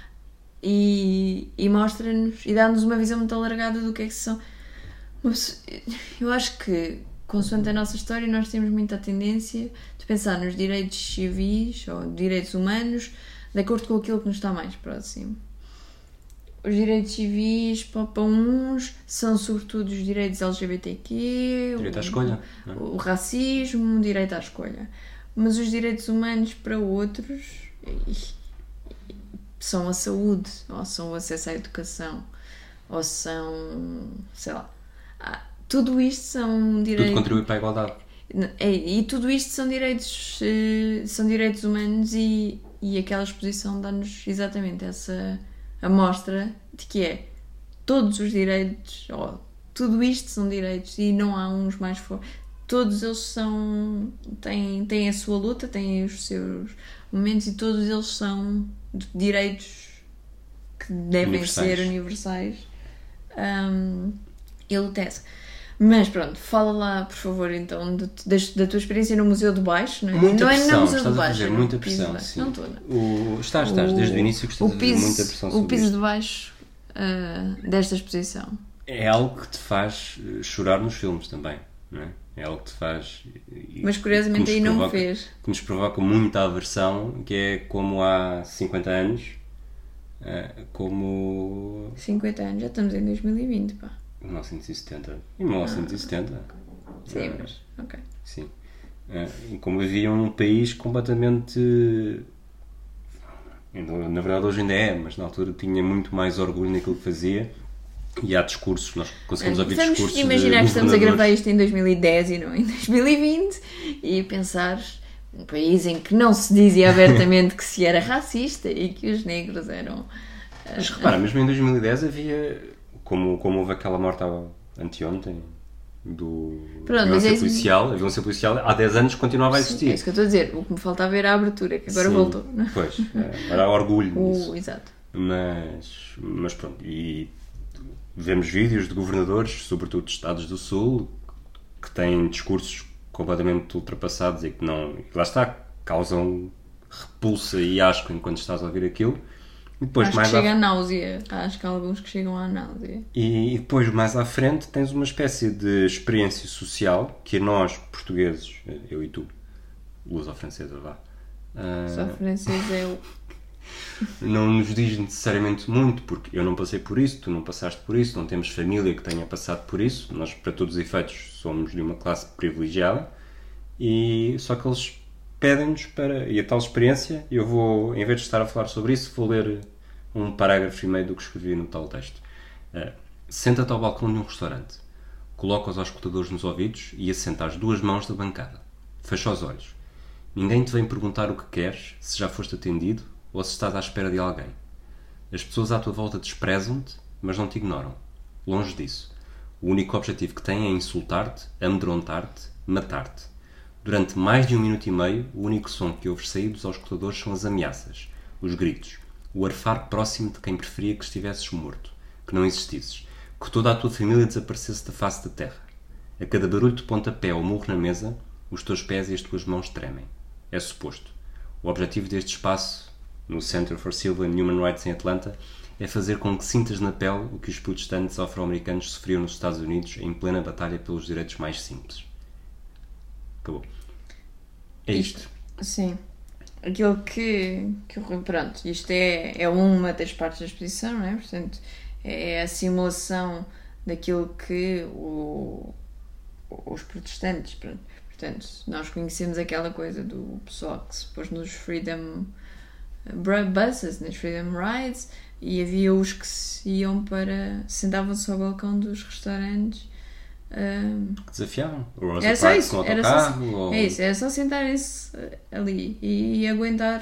E mostra-nos e dá-nos uma visão muito alargada do que é que são. Eu acho que, consoante a nossa história, nós temos muita tendência de pensar nos direitos civis ou direitos humanos de acordo com aquilo que nos está mais próximo. Os direitos civis para uns são sobretudo os direitos LGBTQ, direito à escolha, o racismo, o direito à escolha. Mas os direitos humanos para outros são a saúde, ou são o acesso à educação, ou são, sei lá, tudo isto são direitos... Tudo contribui para a igualdade. E tudo isto são direitos humanos e aquela exposição dá-nos exatamente essa amostra de que é todos os direitos, tudo isto são direitos e não há uns mais fortes. Todos eles têm a sua luta, têm os seus momentos e todos eles são direitos que devem ser universais. E luta-se. Mas pronto, fala lá, por favor, então, da tua experiência no Museu de Baixo, não é? Muita não pressão, é no Museu estás de Baixo, a fazer muita pressão, sim. Não toda. Estás, desde o início que estás a fazer muita pressão sobre o piso isto. de baixo desta exposição. É algo que te faz chorar nos filmes também, não é? É algo que te faz... Mas curiosamente aí não me fez. Que nos provoca muita aversão, que é como há 50 anos, como... 50 anos, já estamos em 2020, pá. 1970. Em 1970. Sim, mas... Ok. Sim. Como havia um país completamente... Na verdade hoje ainda é, mas na altura tinha muito mais orgulho naquilo que fazia. E há discursos, nós conseguimos ouvir discursos de imaginar que estamos a gravar isto em 2010 e não em 2020 e pensar um país em que não se dizia abertamente que se era racista e que os negros eram... Mas repara, mesmo em 2010 havia, como houve aquela morte anteontem do violência policial, a violência policial há 10 anos continuava a existir. Sim, é isso que eu estou a dizer, o que me faltava era a abertura, que agora voltou. Não é? Pois, era há orgulho nisso. Exato. Mas pronto, e vemos vídeos de governadores, sobretudo de estados do Sul, que têm discursos completamente ultrapassados e que não... Lá está, causam repulsa e asco enquanto estás a ouvir aquilo. E depois, acho que chega a náusea. Acho que há alguns que chegam à náusea. E depois, mais à frente, tens uma espécie de experiência social que nós, portugueses, eu e tu, luso-francesa, vá. Só francês é o... Não nos diz necessariamente muito, porque eu não passei por isso, tu não passaste por isso, não temos família que tenha passado por isso, nós, para todos os efeitos, somos de uma classe privilegiada, e só que eles pedem-nos para... E a tal experiência, eu vou, em vez de estar a falar sobre isso, vou ler um parágrafo e meio do que escrevi no tal texto. Senta-te ao balcão de um restaurante, coloca os auscultadores nos ouvidos e assenta as duas mãos da bancada. Fecha os olhos. Ninguém te vem perguntar o que queres, se já foste atendido ou se estás à espera de alguém. As pessoas à tua volta desprezam-te, mas não te ignoram. Longe disso. O único objetivo que têm é insultar-te, amedrontar-te, matar-te. Durante mais de 1 minuto e meio, o único som que ouves sair dos auscultadores são as ameaças, os gritos, o arfar próximo de quem preferia que estivesses morto, que não existisses, que toda a tua família desaparecesse da face da terra. A cada barulho de pontapé ou murro na mesa, os teus pés e as tuas mãos tremem. É suposto. O objetivo deste espaço, no Center for Civil and Human Rights em Atlanta, é fazer com que sintas na pele o que os protestantes afro-americanos sofriam nos Estados Unidos em plena batalha pelos direitos mais simples. Acabou. É isto. Sim. aquilo que pronto, isto é uma das partes da exposição, não é? Portanto, é a simulação daquilo que os protestantes, portanto, nós conhecemos aquela coisa do pessoal que se pôs nos Freedom Buses, nas Freedom Rides, e havia os que sentavam-se ao balcão dos restaurantes. Que desafiavam. O Rosa Era só Parks isso, com era só, autocarro. Ou... é isso, era só sentarem-se ali e aguentar.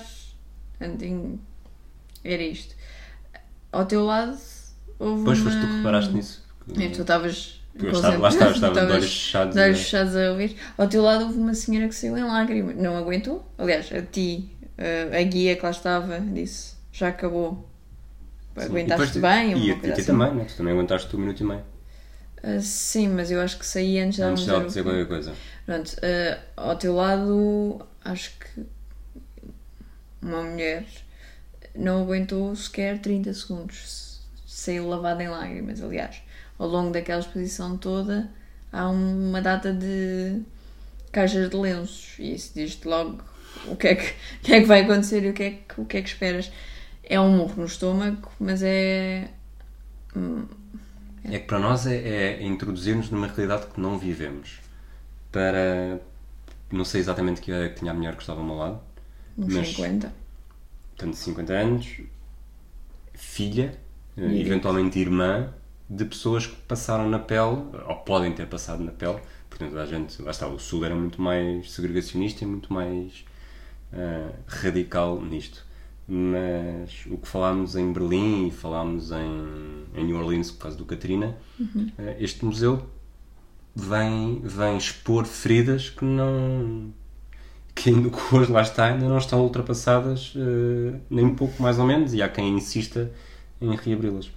Era isto. Ao teu lado houve Depois foste tu que reparaste nisso. Tu estavas. Lá estava de olhos fechados. De olhos fechados a ouvir. Ao teu lado houve uma senhora que saiu em lágrimas. Não aguentou. Aliás, a ti, a guia que lá estava, disse: já acabou. Sim, aguentaste bem? E a ti assim. Também, né? Tu também aguentaste 1 minuto e meio. Sim, mas eu acho que saí antes de ela dizer qualquer coisa. Pronto, ao teu lado, acho que uma mulher não aguentou sequer 30 segundos. Saiu lavada em lágrimas, aliás. Ao longo daquela exposição toda, há uma data de caixas de lenços. E isso diz-te logo o que é que vai acontecer e o que é que esperas. É um murro no estômago, mas é que para nós é introduzir-nos numa realidade que não vivemos. Não sei exatamente que idade é que tinha a mulher que estava ao meu lado. Uns 50. Portanto, 50 anos, filha, eventualmente irmã, de pessoas que passaram na pele, ou podem ter passado na pele. Portanto, a gente, lá está, o Sul era muito mais segregacionista e muito mais radical nisto. Mas o que falámos em Berlim e falámos em New Orleans por causa do Katrina, este museu vem expor feridas que ainda hoje lá está, ainda não estão ultrapassadas, nem um pouco mais ou menos, e há quem insista em reabri-las.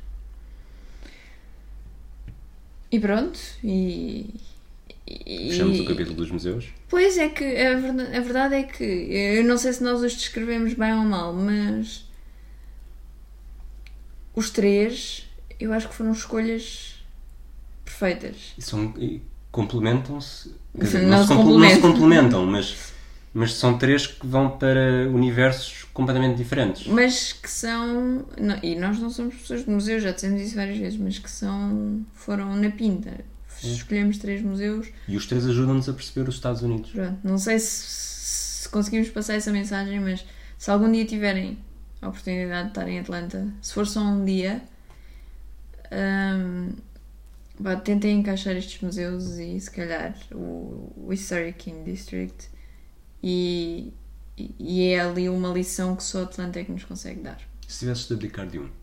E pronto, Fechamos o capítulo dos museus. Pois é que a verdade é que eu não sei se nós os descrevemos bem ou mal, mas os 3 eu acho que foram escolhas perfeitas. E complementam-se. Não se complementam, mas são 3 que vão para universos completamente diferentes. Mas que são. E nós não somos pessoas de museu, já dissemos isso várias vezes, mas que foram na pinta. Escolhemos 3 museus. E os 3 ajudam-nos a perceber os Estados Unidos. Pronto. Não sei se conseguimos passar essa mensagem, mas se algum dia tiverem a oportunidade de estar em Atlanta, se for só um dia, tentem encaixar estes museus e se calhar o Historic District e é ali uma lição que só Atlanta é que nos consegue dar. Se tivesses de abdicar de um?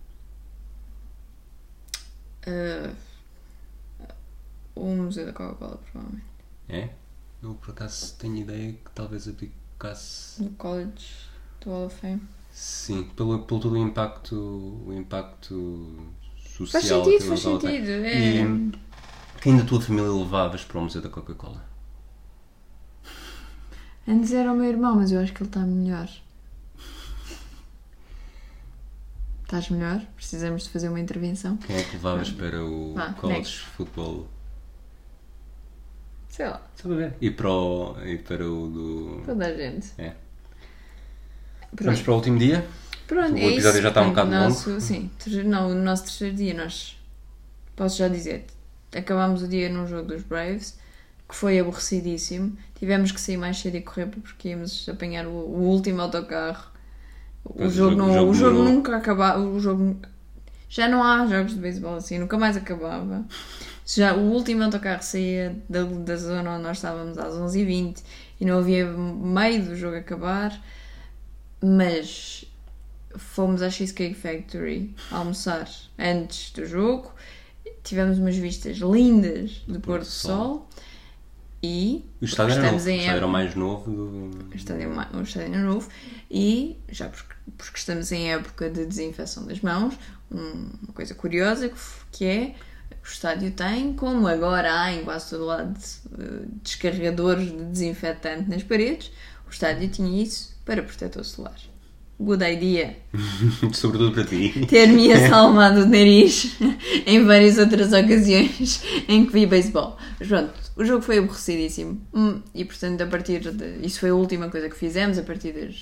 O Museu da Coca-Cola, provavelmente. É? Eu por acaso tenho ideia que talvez abdicasse... Do College, do Hall of Fame. Sim, pelo todo o impacto social. Faz sentido. E quem da tua família levavas para o Museu da Coca-Cola? Antes era o meu irmão, mas eu acho que ele está melhor. Estás melhor? Precisamos de fazer uma intervenção. Quem é que levavas para o College Football? Sei lá. Só para ver. E para o do... Toda a gente. É. Vamos para o último dia? Pronto, o episódio já está um bocado longo. Sim, no nosso terceiro dia posso já dizer, acabámos o dia num jogo dos Braves, que foi aborrecidíssimo. Tivemos que sair mais cedo e correr porque íamos apanhar o último autocarro. O jogo nunca acabava. Já não há jogos de beisebol assim, nunca mais acabava. O último autocarro saía da zona onde nós estávamos às 11h20 e não havia meio do jogo acabar, mas fomos à Cheesecake Factory almoçar antes do jogo, tivemos umas vistas lindas do pôr do sol e o estádio era o mais novo o estádio é novo e já porque estamos em época de desinfecção das mãos, uma coisa curiosa que é o estádio tem, como agora há em quase todo lado, descarregadores de desinfetante nas paredes, o estádio tinha isso para protetor solar. Good idea. Sobretudo para ti. Ter-me salvado o nariz em várias outras ocasiões em que vi beisebol. Mas pronto, o jogo foi aborrecidíssimo. E portanto, isso foi a última coisa que fizemos. A partir das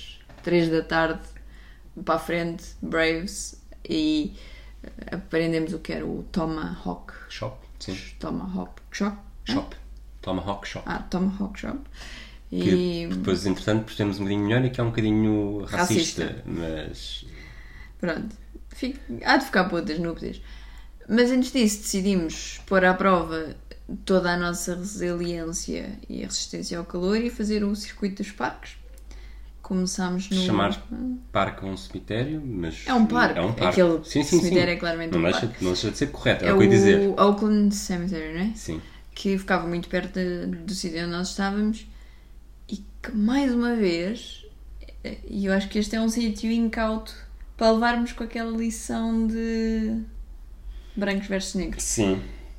3 da tarde para a frente, Braves, e aprendemos o que era o Tomahawk Shop, sim. Tomahawk Shop. Shop. Tomahawk Shop. Tomahawk Shop. Que depois, entretanto, percebemos um bocadinho melhor e que é um bocadinho racista. Mas... Pronto. Há de ficar para outras núpcias. Mas antes disso decidimos pôr à prova toda a nossa resiliência e a resistência ao calor e fazer o circuito dos parques. Começámos no... Chamar parque a um cemitério, mas... É um parque. Aquele cemitério é claramente um parque. Não deixa de ser correto, é o que eu ia dizer. O Oakland Cemetery, não é? Sim. Que ficava muito perto do sítio onde nós estávamos e que, mais uma vez, e eu acho que este é um sítio incauto para levarmos com aquela lição de brancos versus negros. Sim.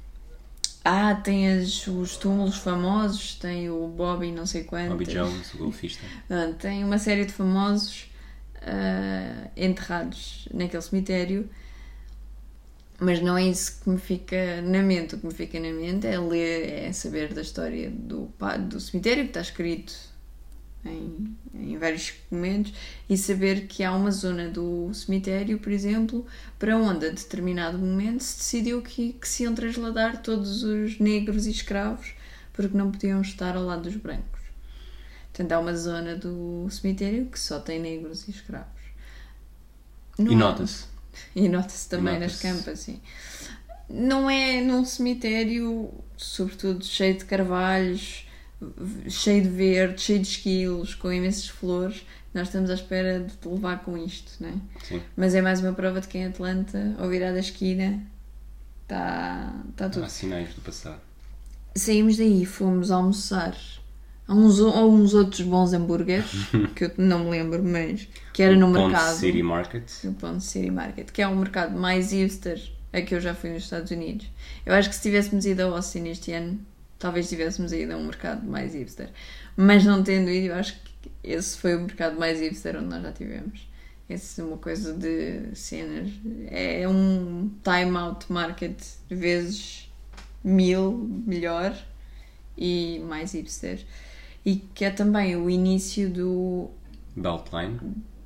Tem os túmulos famosos, tem o Bobby não sei quantos. Bobby Jones, o golfista. Tem uma série de famosos enterrados naquele cemitério, mas não é isso que me fica na mente. O que me fica na mente é ler, é saber da história do cemitério, que está escrito em vários momentos, e saber que há uma zona do cemitério, por exemplo, para onde a determinado momento se decidiu que se iam trasladar todos os negros e escravos porque não podiam estar ao lado dos brancos. Portanto, há uma zona do cemitério que só tem negros e escravos. E nota-se. E nota-se também nas campas, sim. Não é num cemitério, sobretudo cheio de carvalhos, cheio de verde, cheio de esquilos, com imensas flores, nós estamos à espera de te levar com isto, não é? Sim. Mas é mais uma prova de que em Atlanta, ao virar da esquina, está tudo. Há sinais do passado. Saímos daí, fomos almoçar a uns outros bons hambúrgueres, que eu não me lembro, mas que era no mercado. Ponce City Market. No Ponce City Market, que é um mercado mais hipster a que eu já fui nos Estados Unidos. Eu acho que se tivéssemos ido a Austin este ano, talvez tivéssemos ido a um mercado mais hipster. Mas não tendo ido, eu acho que esse foi o mercado mais hipster onde nós já tivemos. Essa é uma coisa de cenas. É um time-out market vezes 1000 melhor e mais hipster. E que é também o início do... Beltline.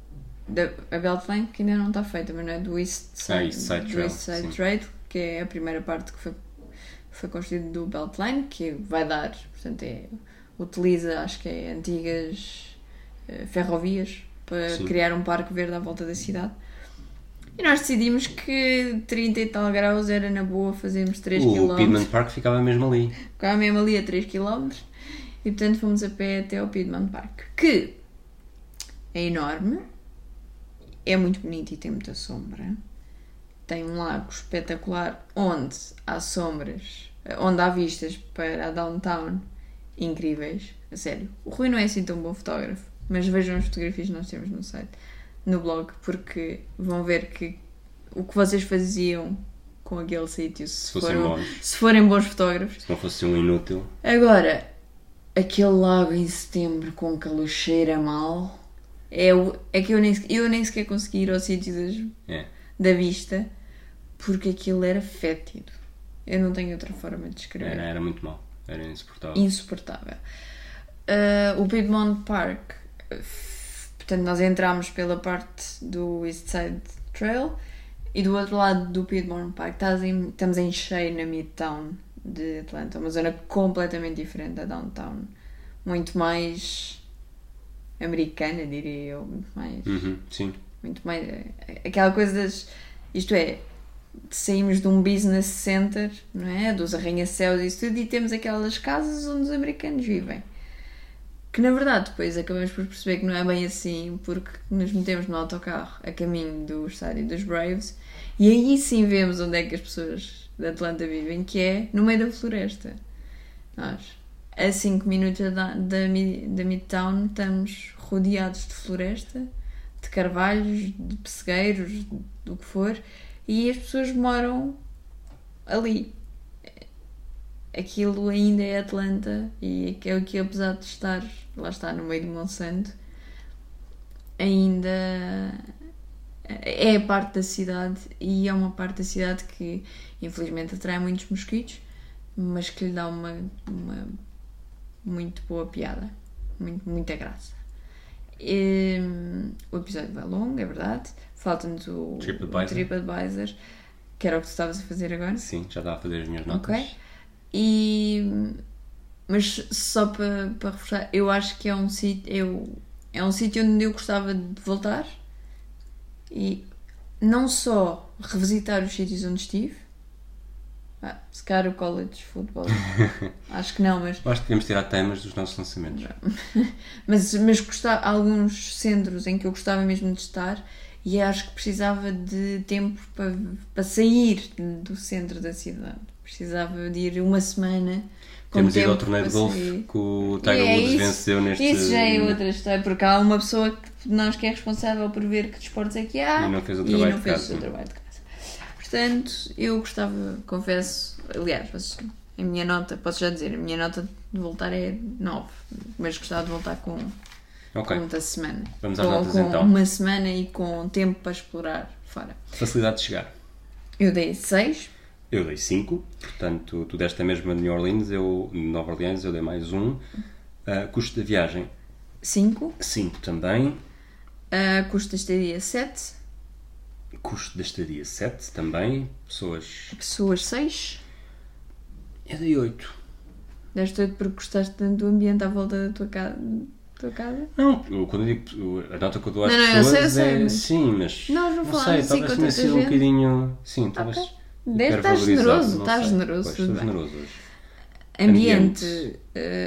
A Beltline, que ainda não está feita, mas não é do East Side, Trail, Trail, que é a primeira parte que foi construída do Beltline, que vai dar, portanto, utiliza, acho que é antigas ferrovias para criar um parque verde à volta da cidade. E nós decidimos que 30 e tal graus era na boa fazermos 3 km. O Piedmont Park ficava mesmo ali. Ficava mesmo ali a 3 km e portanto fomos a pé até ao Piedmont Park, que é enorme, é muito bonito e tem muita sombra. Tem um lago espetacular onde há sombras, onde há vistas para a downtown incríveis. A sério, o Rui não é assim tão bom fotógrafo, mas vejam as fotografias que nós temos no site, no blog, porque vão ver que o que vocês faziam com aquele sítio se forem bons fotógrafos. Se não fosse um inútil. Agora, aquele lago em setembro com calor cheira mal, é que eu nem sequer consegui ir ao sítio da vista, porque aquilo era fétido. Eu não tenho outra forma de descrever. Era muito mau. Era insuportável. Insuportável. O Piedmont Park, portanto, nós entramos pela parte do East Side Trail e do outro lado do Piedmont Park estamos em cheio na Midtown de Atlanta, uma zona completamente diferente da downtown, muito mais americana, diria eu, muito mais... sim. Muito mais... Aquela coisa isto é, saímos de um business center, não é? Dos arranha-céus e isso tudo, e temos aquelas casas onde os americanos vivem. Que na verdade depois acabamos por perceber que não é bem assim, porque nos metemos no autocarro a caminho do estádio dos Braves e aí sim vemos onde é que as pessoas de Atlanta vivem, que é no meio da floresta. Nós, a 5 minutos da Midtown, estamos rodeados de floresta, de carvalhos, de pessegueiros, do que for, e as pessoas moram ali. Aquilo ainda é Atlanta, e que apesar de estar, lá está, no meio de Monsanto, ainda é parte da cidade, e é uma parte da cidade que infelizmente atrai muitos mosquitos, mas que lhe dá uma muito boa piada, muita graça. O episódio vai longo, é verdade. Falta-nos o TripAdvisor, que era o que tu estavas a fazer agora. Sim, já estava a fazer as minhas notas. Ok. Mas só para reforçar, eu acho que é um sítio onde eu gostava de voltar e não só revisitar os sítios onde estive. Se calhar o college de futebol. Acho que não, mas... Acho que devemos tirar temas dos nossos lançamentos. mas há alguns centros em que eu gostava mesmo de estar e acho que precisava de tempo para sair do centro da cidade. Precisava de ir uma semana. Temos ido ao torneio de golfe que o Tiger Woods venceu neste... Isso já é outra história, porque há uma pessoa de nós que é responsável por ver que desportos é que há e não fez o trabalho de casa. Portanto, eu gostava, confesso, aliás, a minha nota, posso já dizer, a minha nota de voltar é 9, mas gostava de voltar com muita semana. Vamos às notas com então. Uma semana e com tempo para explorar fora. Facilidade de chegar. Eu dei 6. Eu dei 5, portanto, tu deste a mesma de Nova Orleans, eu dei mais 1. Custo da viagem? 5. 5 também. Custo da estadia 7. Custo da estadia 7 também. Pessoas 6. Eu dei 8. Deste 8 porque gostaste tanto do ambiente à volta da tua casa? Não, quando eu digo a nota que eu dou às pessoas eu sei, é... Mas... Sim, mas... Nós não falamos sei, talvez tenha sido um bocadinho... Sim, talvez... Okay. Está generoso, está generoso. Pois, estou generoso hoje. Ambiente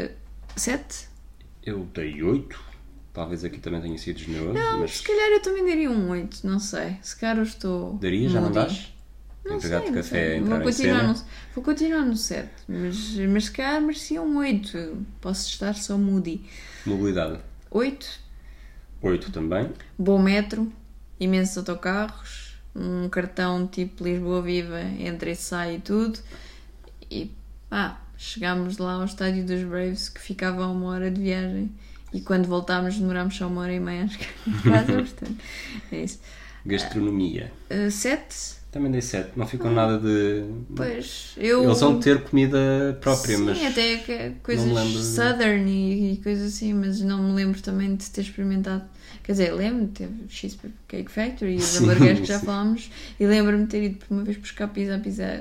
7. Eu dei 8. Talvez aqui também tenha sido generoso. Não, mas se calhar eu também daria um 8, não sei. Se calhar eu estou... Daria? Já não dás? Não sei, de café sei. Vou continuar no 7, mas se calhar merecia um 8. Posso estar só moody. Mobilidade? 8. 8 também. Bom metro, imensos autocarros, um cartão tipo Lisboa Viva, entra e sai e tudo. E chegámos lá ao estádio dos Braves, que ficava a 1 hora de viagem. E quando voltámos demorámos só 1h30, acho que quase bastante. É isso. Gastronomia? 7. Também dei 7. Não ficou nada de... Pois, Eles vão ter comida própria, sim, mas... Sim, até coisas southern e coisas assim, mas não me lembro também de ter experimentado. Quer dizer, lembro-me de ter Cheesecake Factory e os hambúrgueres que já falámos, e lembro-me de ter ido por uma vez buscar pizza.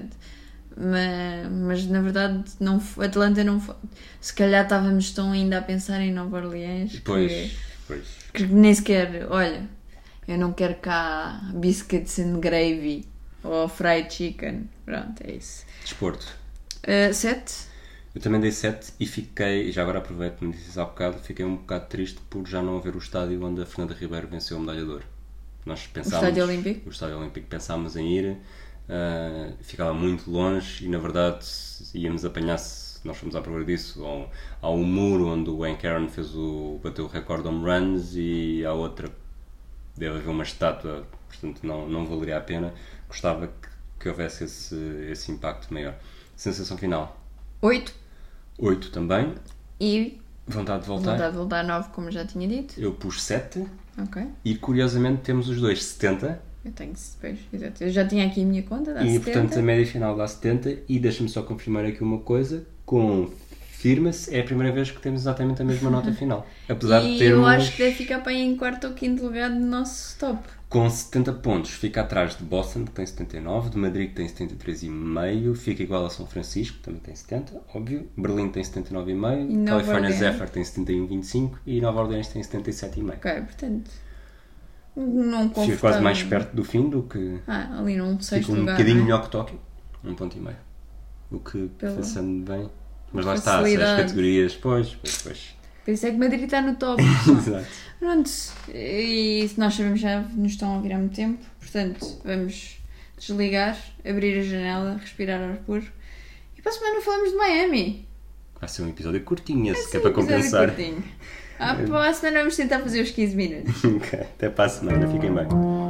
Mas na verdade Atlanta não foi. Se calhar estávamos tão ainda a pensar em Nova Orleans que nem sequer, olha, eu não quero cá biscuits and gravy ou fried chicken. Pronto, é isso. Desporto? 7. Eu também dei 7 e fiquei, já agora aproveito que me disse há bocado, fiquei um bocado triste por já não haver o estádio onde a Fernanda Ribeiro venceu a medalha de ouro. Nós pensámos, o Estádio Olímpico pensámos em ir. Ficava muito longe e na verdade íamos apanhar, se nós fomos à procura disso, há um muro onde o Hank Aaron bateu o recorde de home runs e há outra, deve haver uma estátua, portanto não valeria a pena. Gostava que houvesse esse impacto maior. Sensação final? 8. 8 também. E vontade de voltar? 9, como já tinha dito. Eu pus 7. Ok. E curiosamente temos os dois 70. Eu tenho, pois, exato. Eu já tinha aqui a minha conta, dá 70. E portanto a média final dá 70. E deixa-me só confirmar aqui uma coisa. Confirma-se, é a primeira vez que temos exatamente a mesma nota final. Apesar de termos... eu acho que deve ficar para aí em 4º ou 5º lugar no nosso top. Com 70 pontos, fica atrás de Boston, que tem 79, de Madrid, que tem 73,5, fica igual a São Francisco, que também tem 70, óbvio. Berlim tem 79,5, California Zephyr tem 71,25 e Nova Orleans tem 77,5. Ok, portanto... Não fica quase mais perto do fim do que... ali num 6º lugar. lugar. Um bocadinho melhor que Tóquio, 1,5 ponto. O que, pensando bem... Mas lá está, as categorias, pois. Por isso é que Madrid está no top. Exato. Pronto, e nós sabemos já nos estão a ouvir há muito tempo, portanto vamos desligar, abrir a janela, respirar ar puro e para a semana falamos de Miami. Vai ser um episódio curtinho esse, que é para compensar. Para a semana vamos tentar fazer os 15 minutos. Ok, até para a semana, fiquem bem.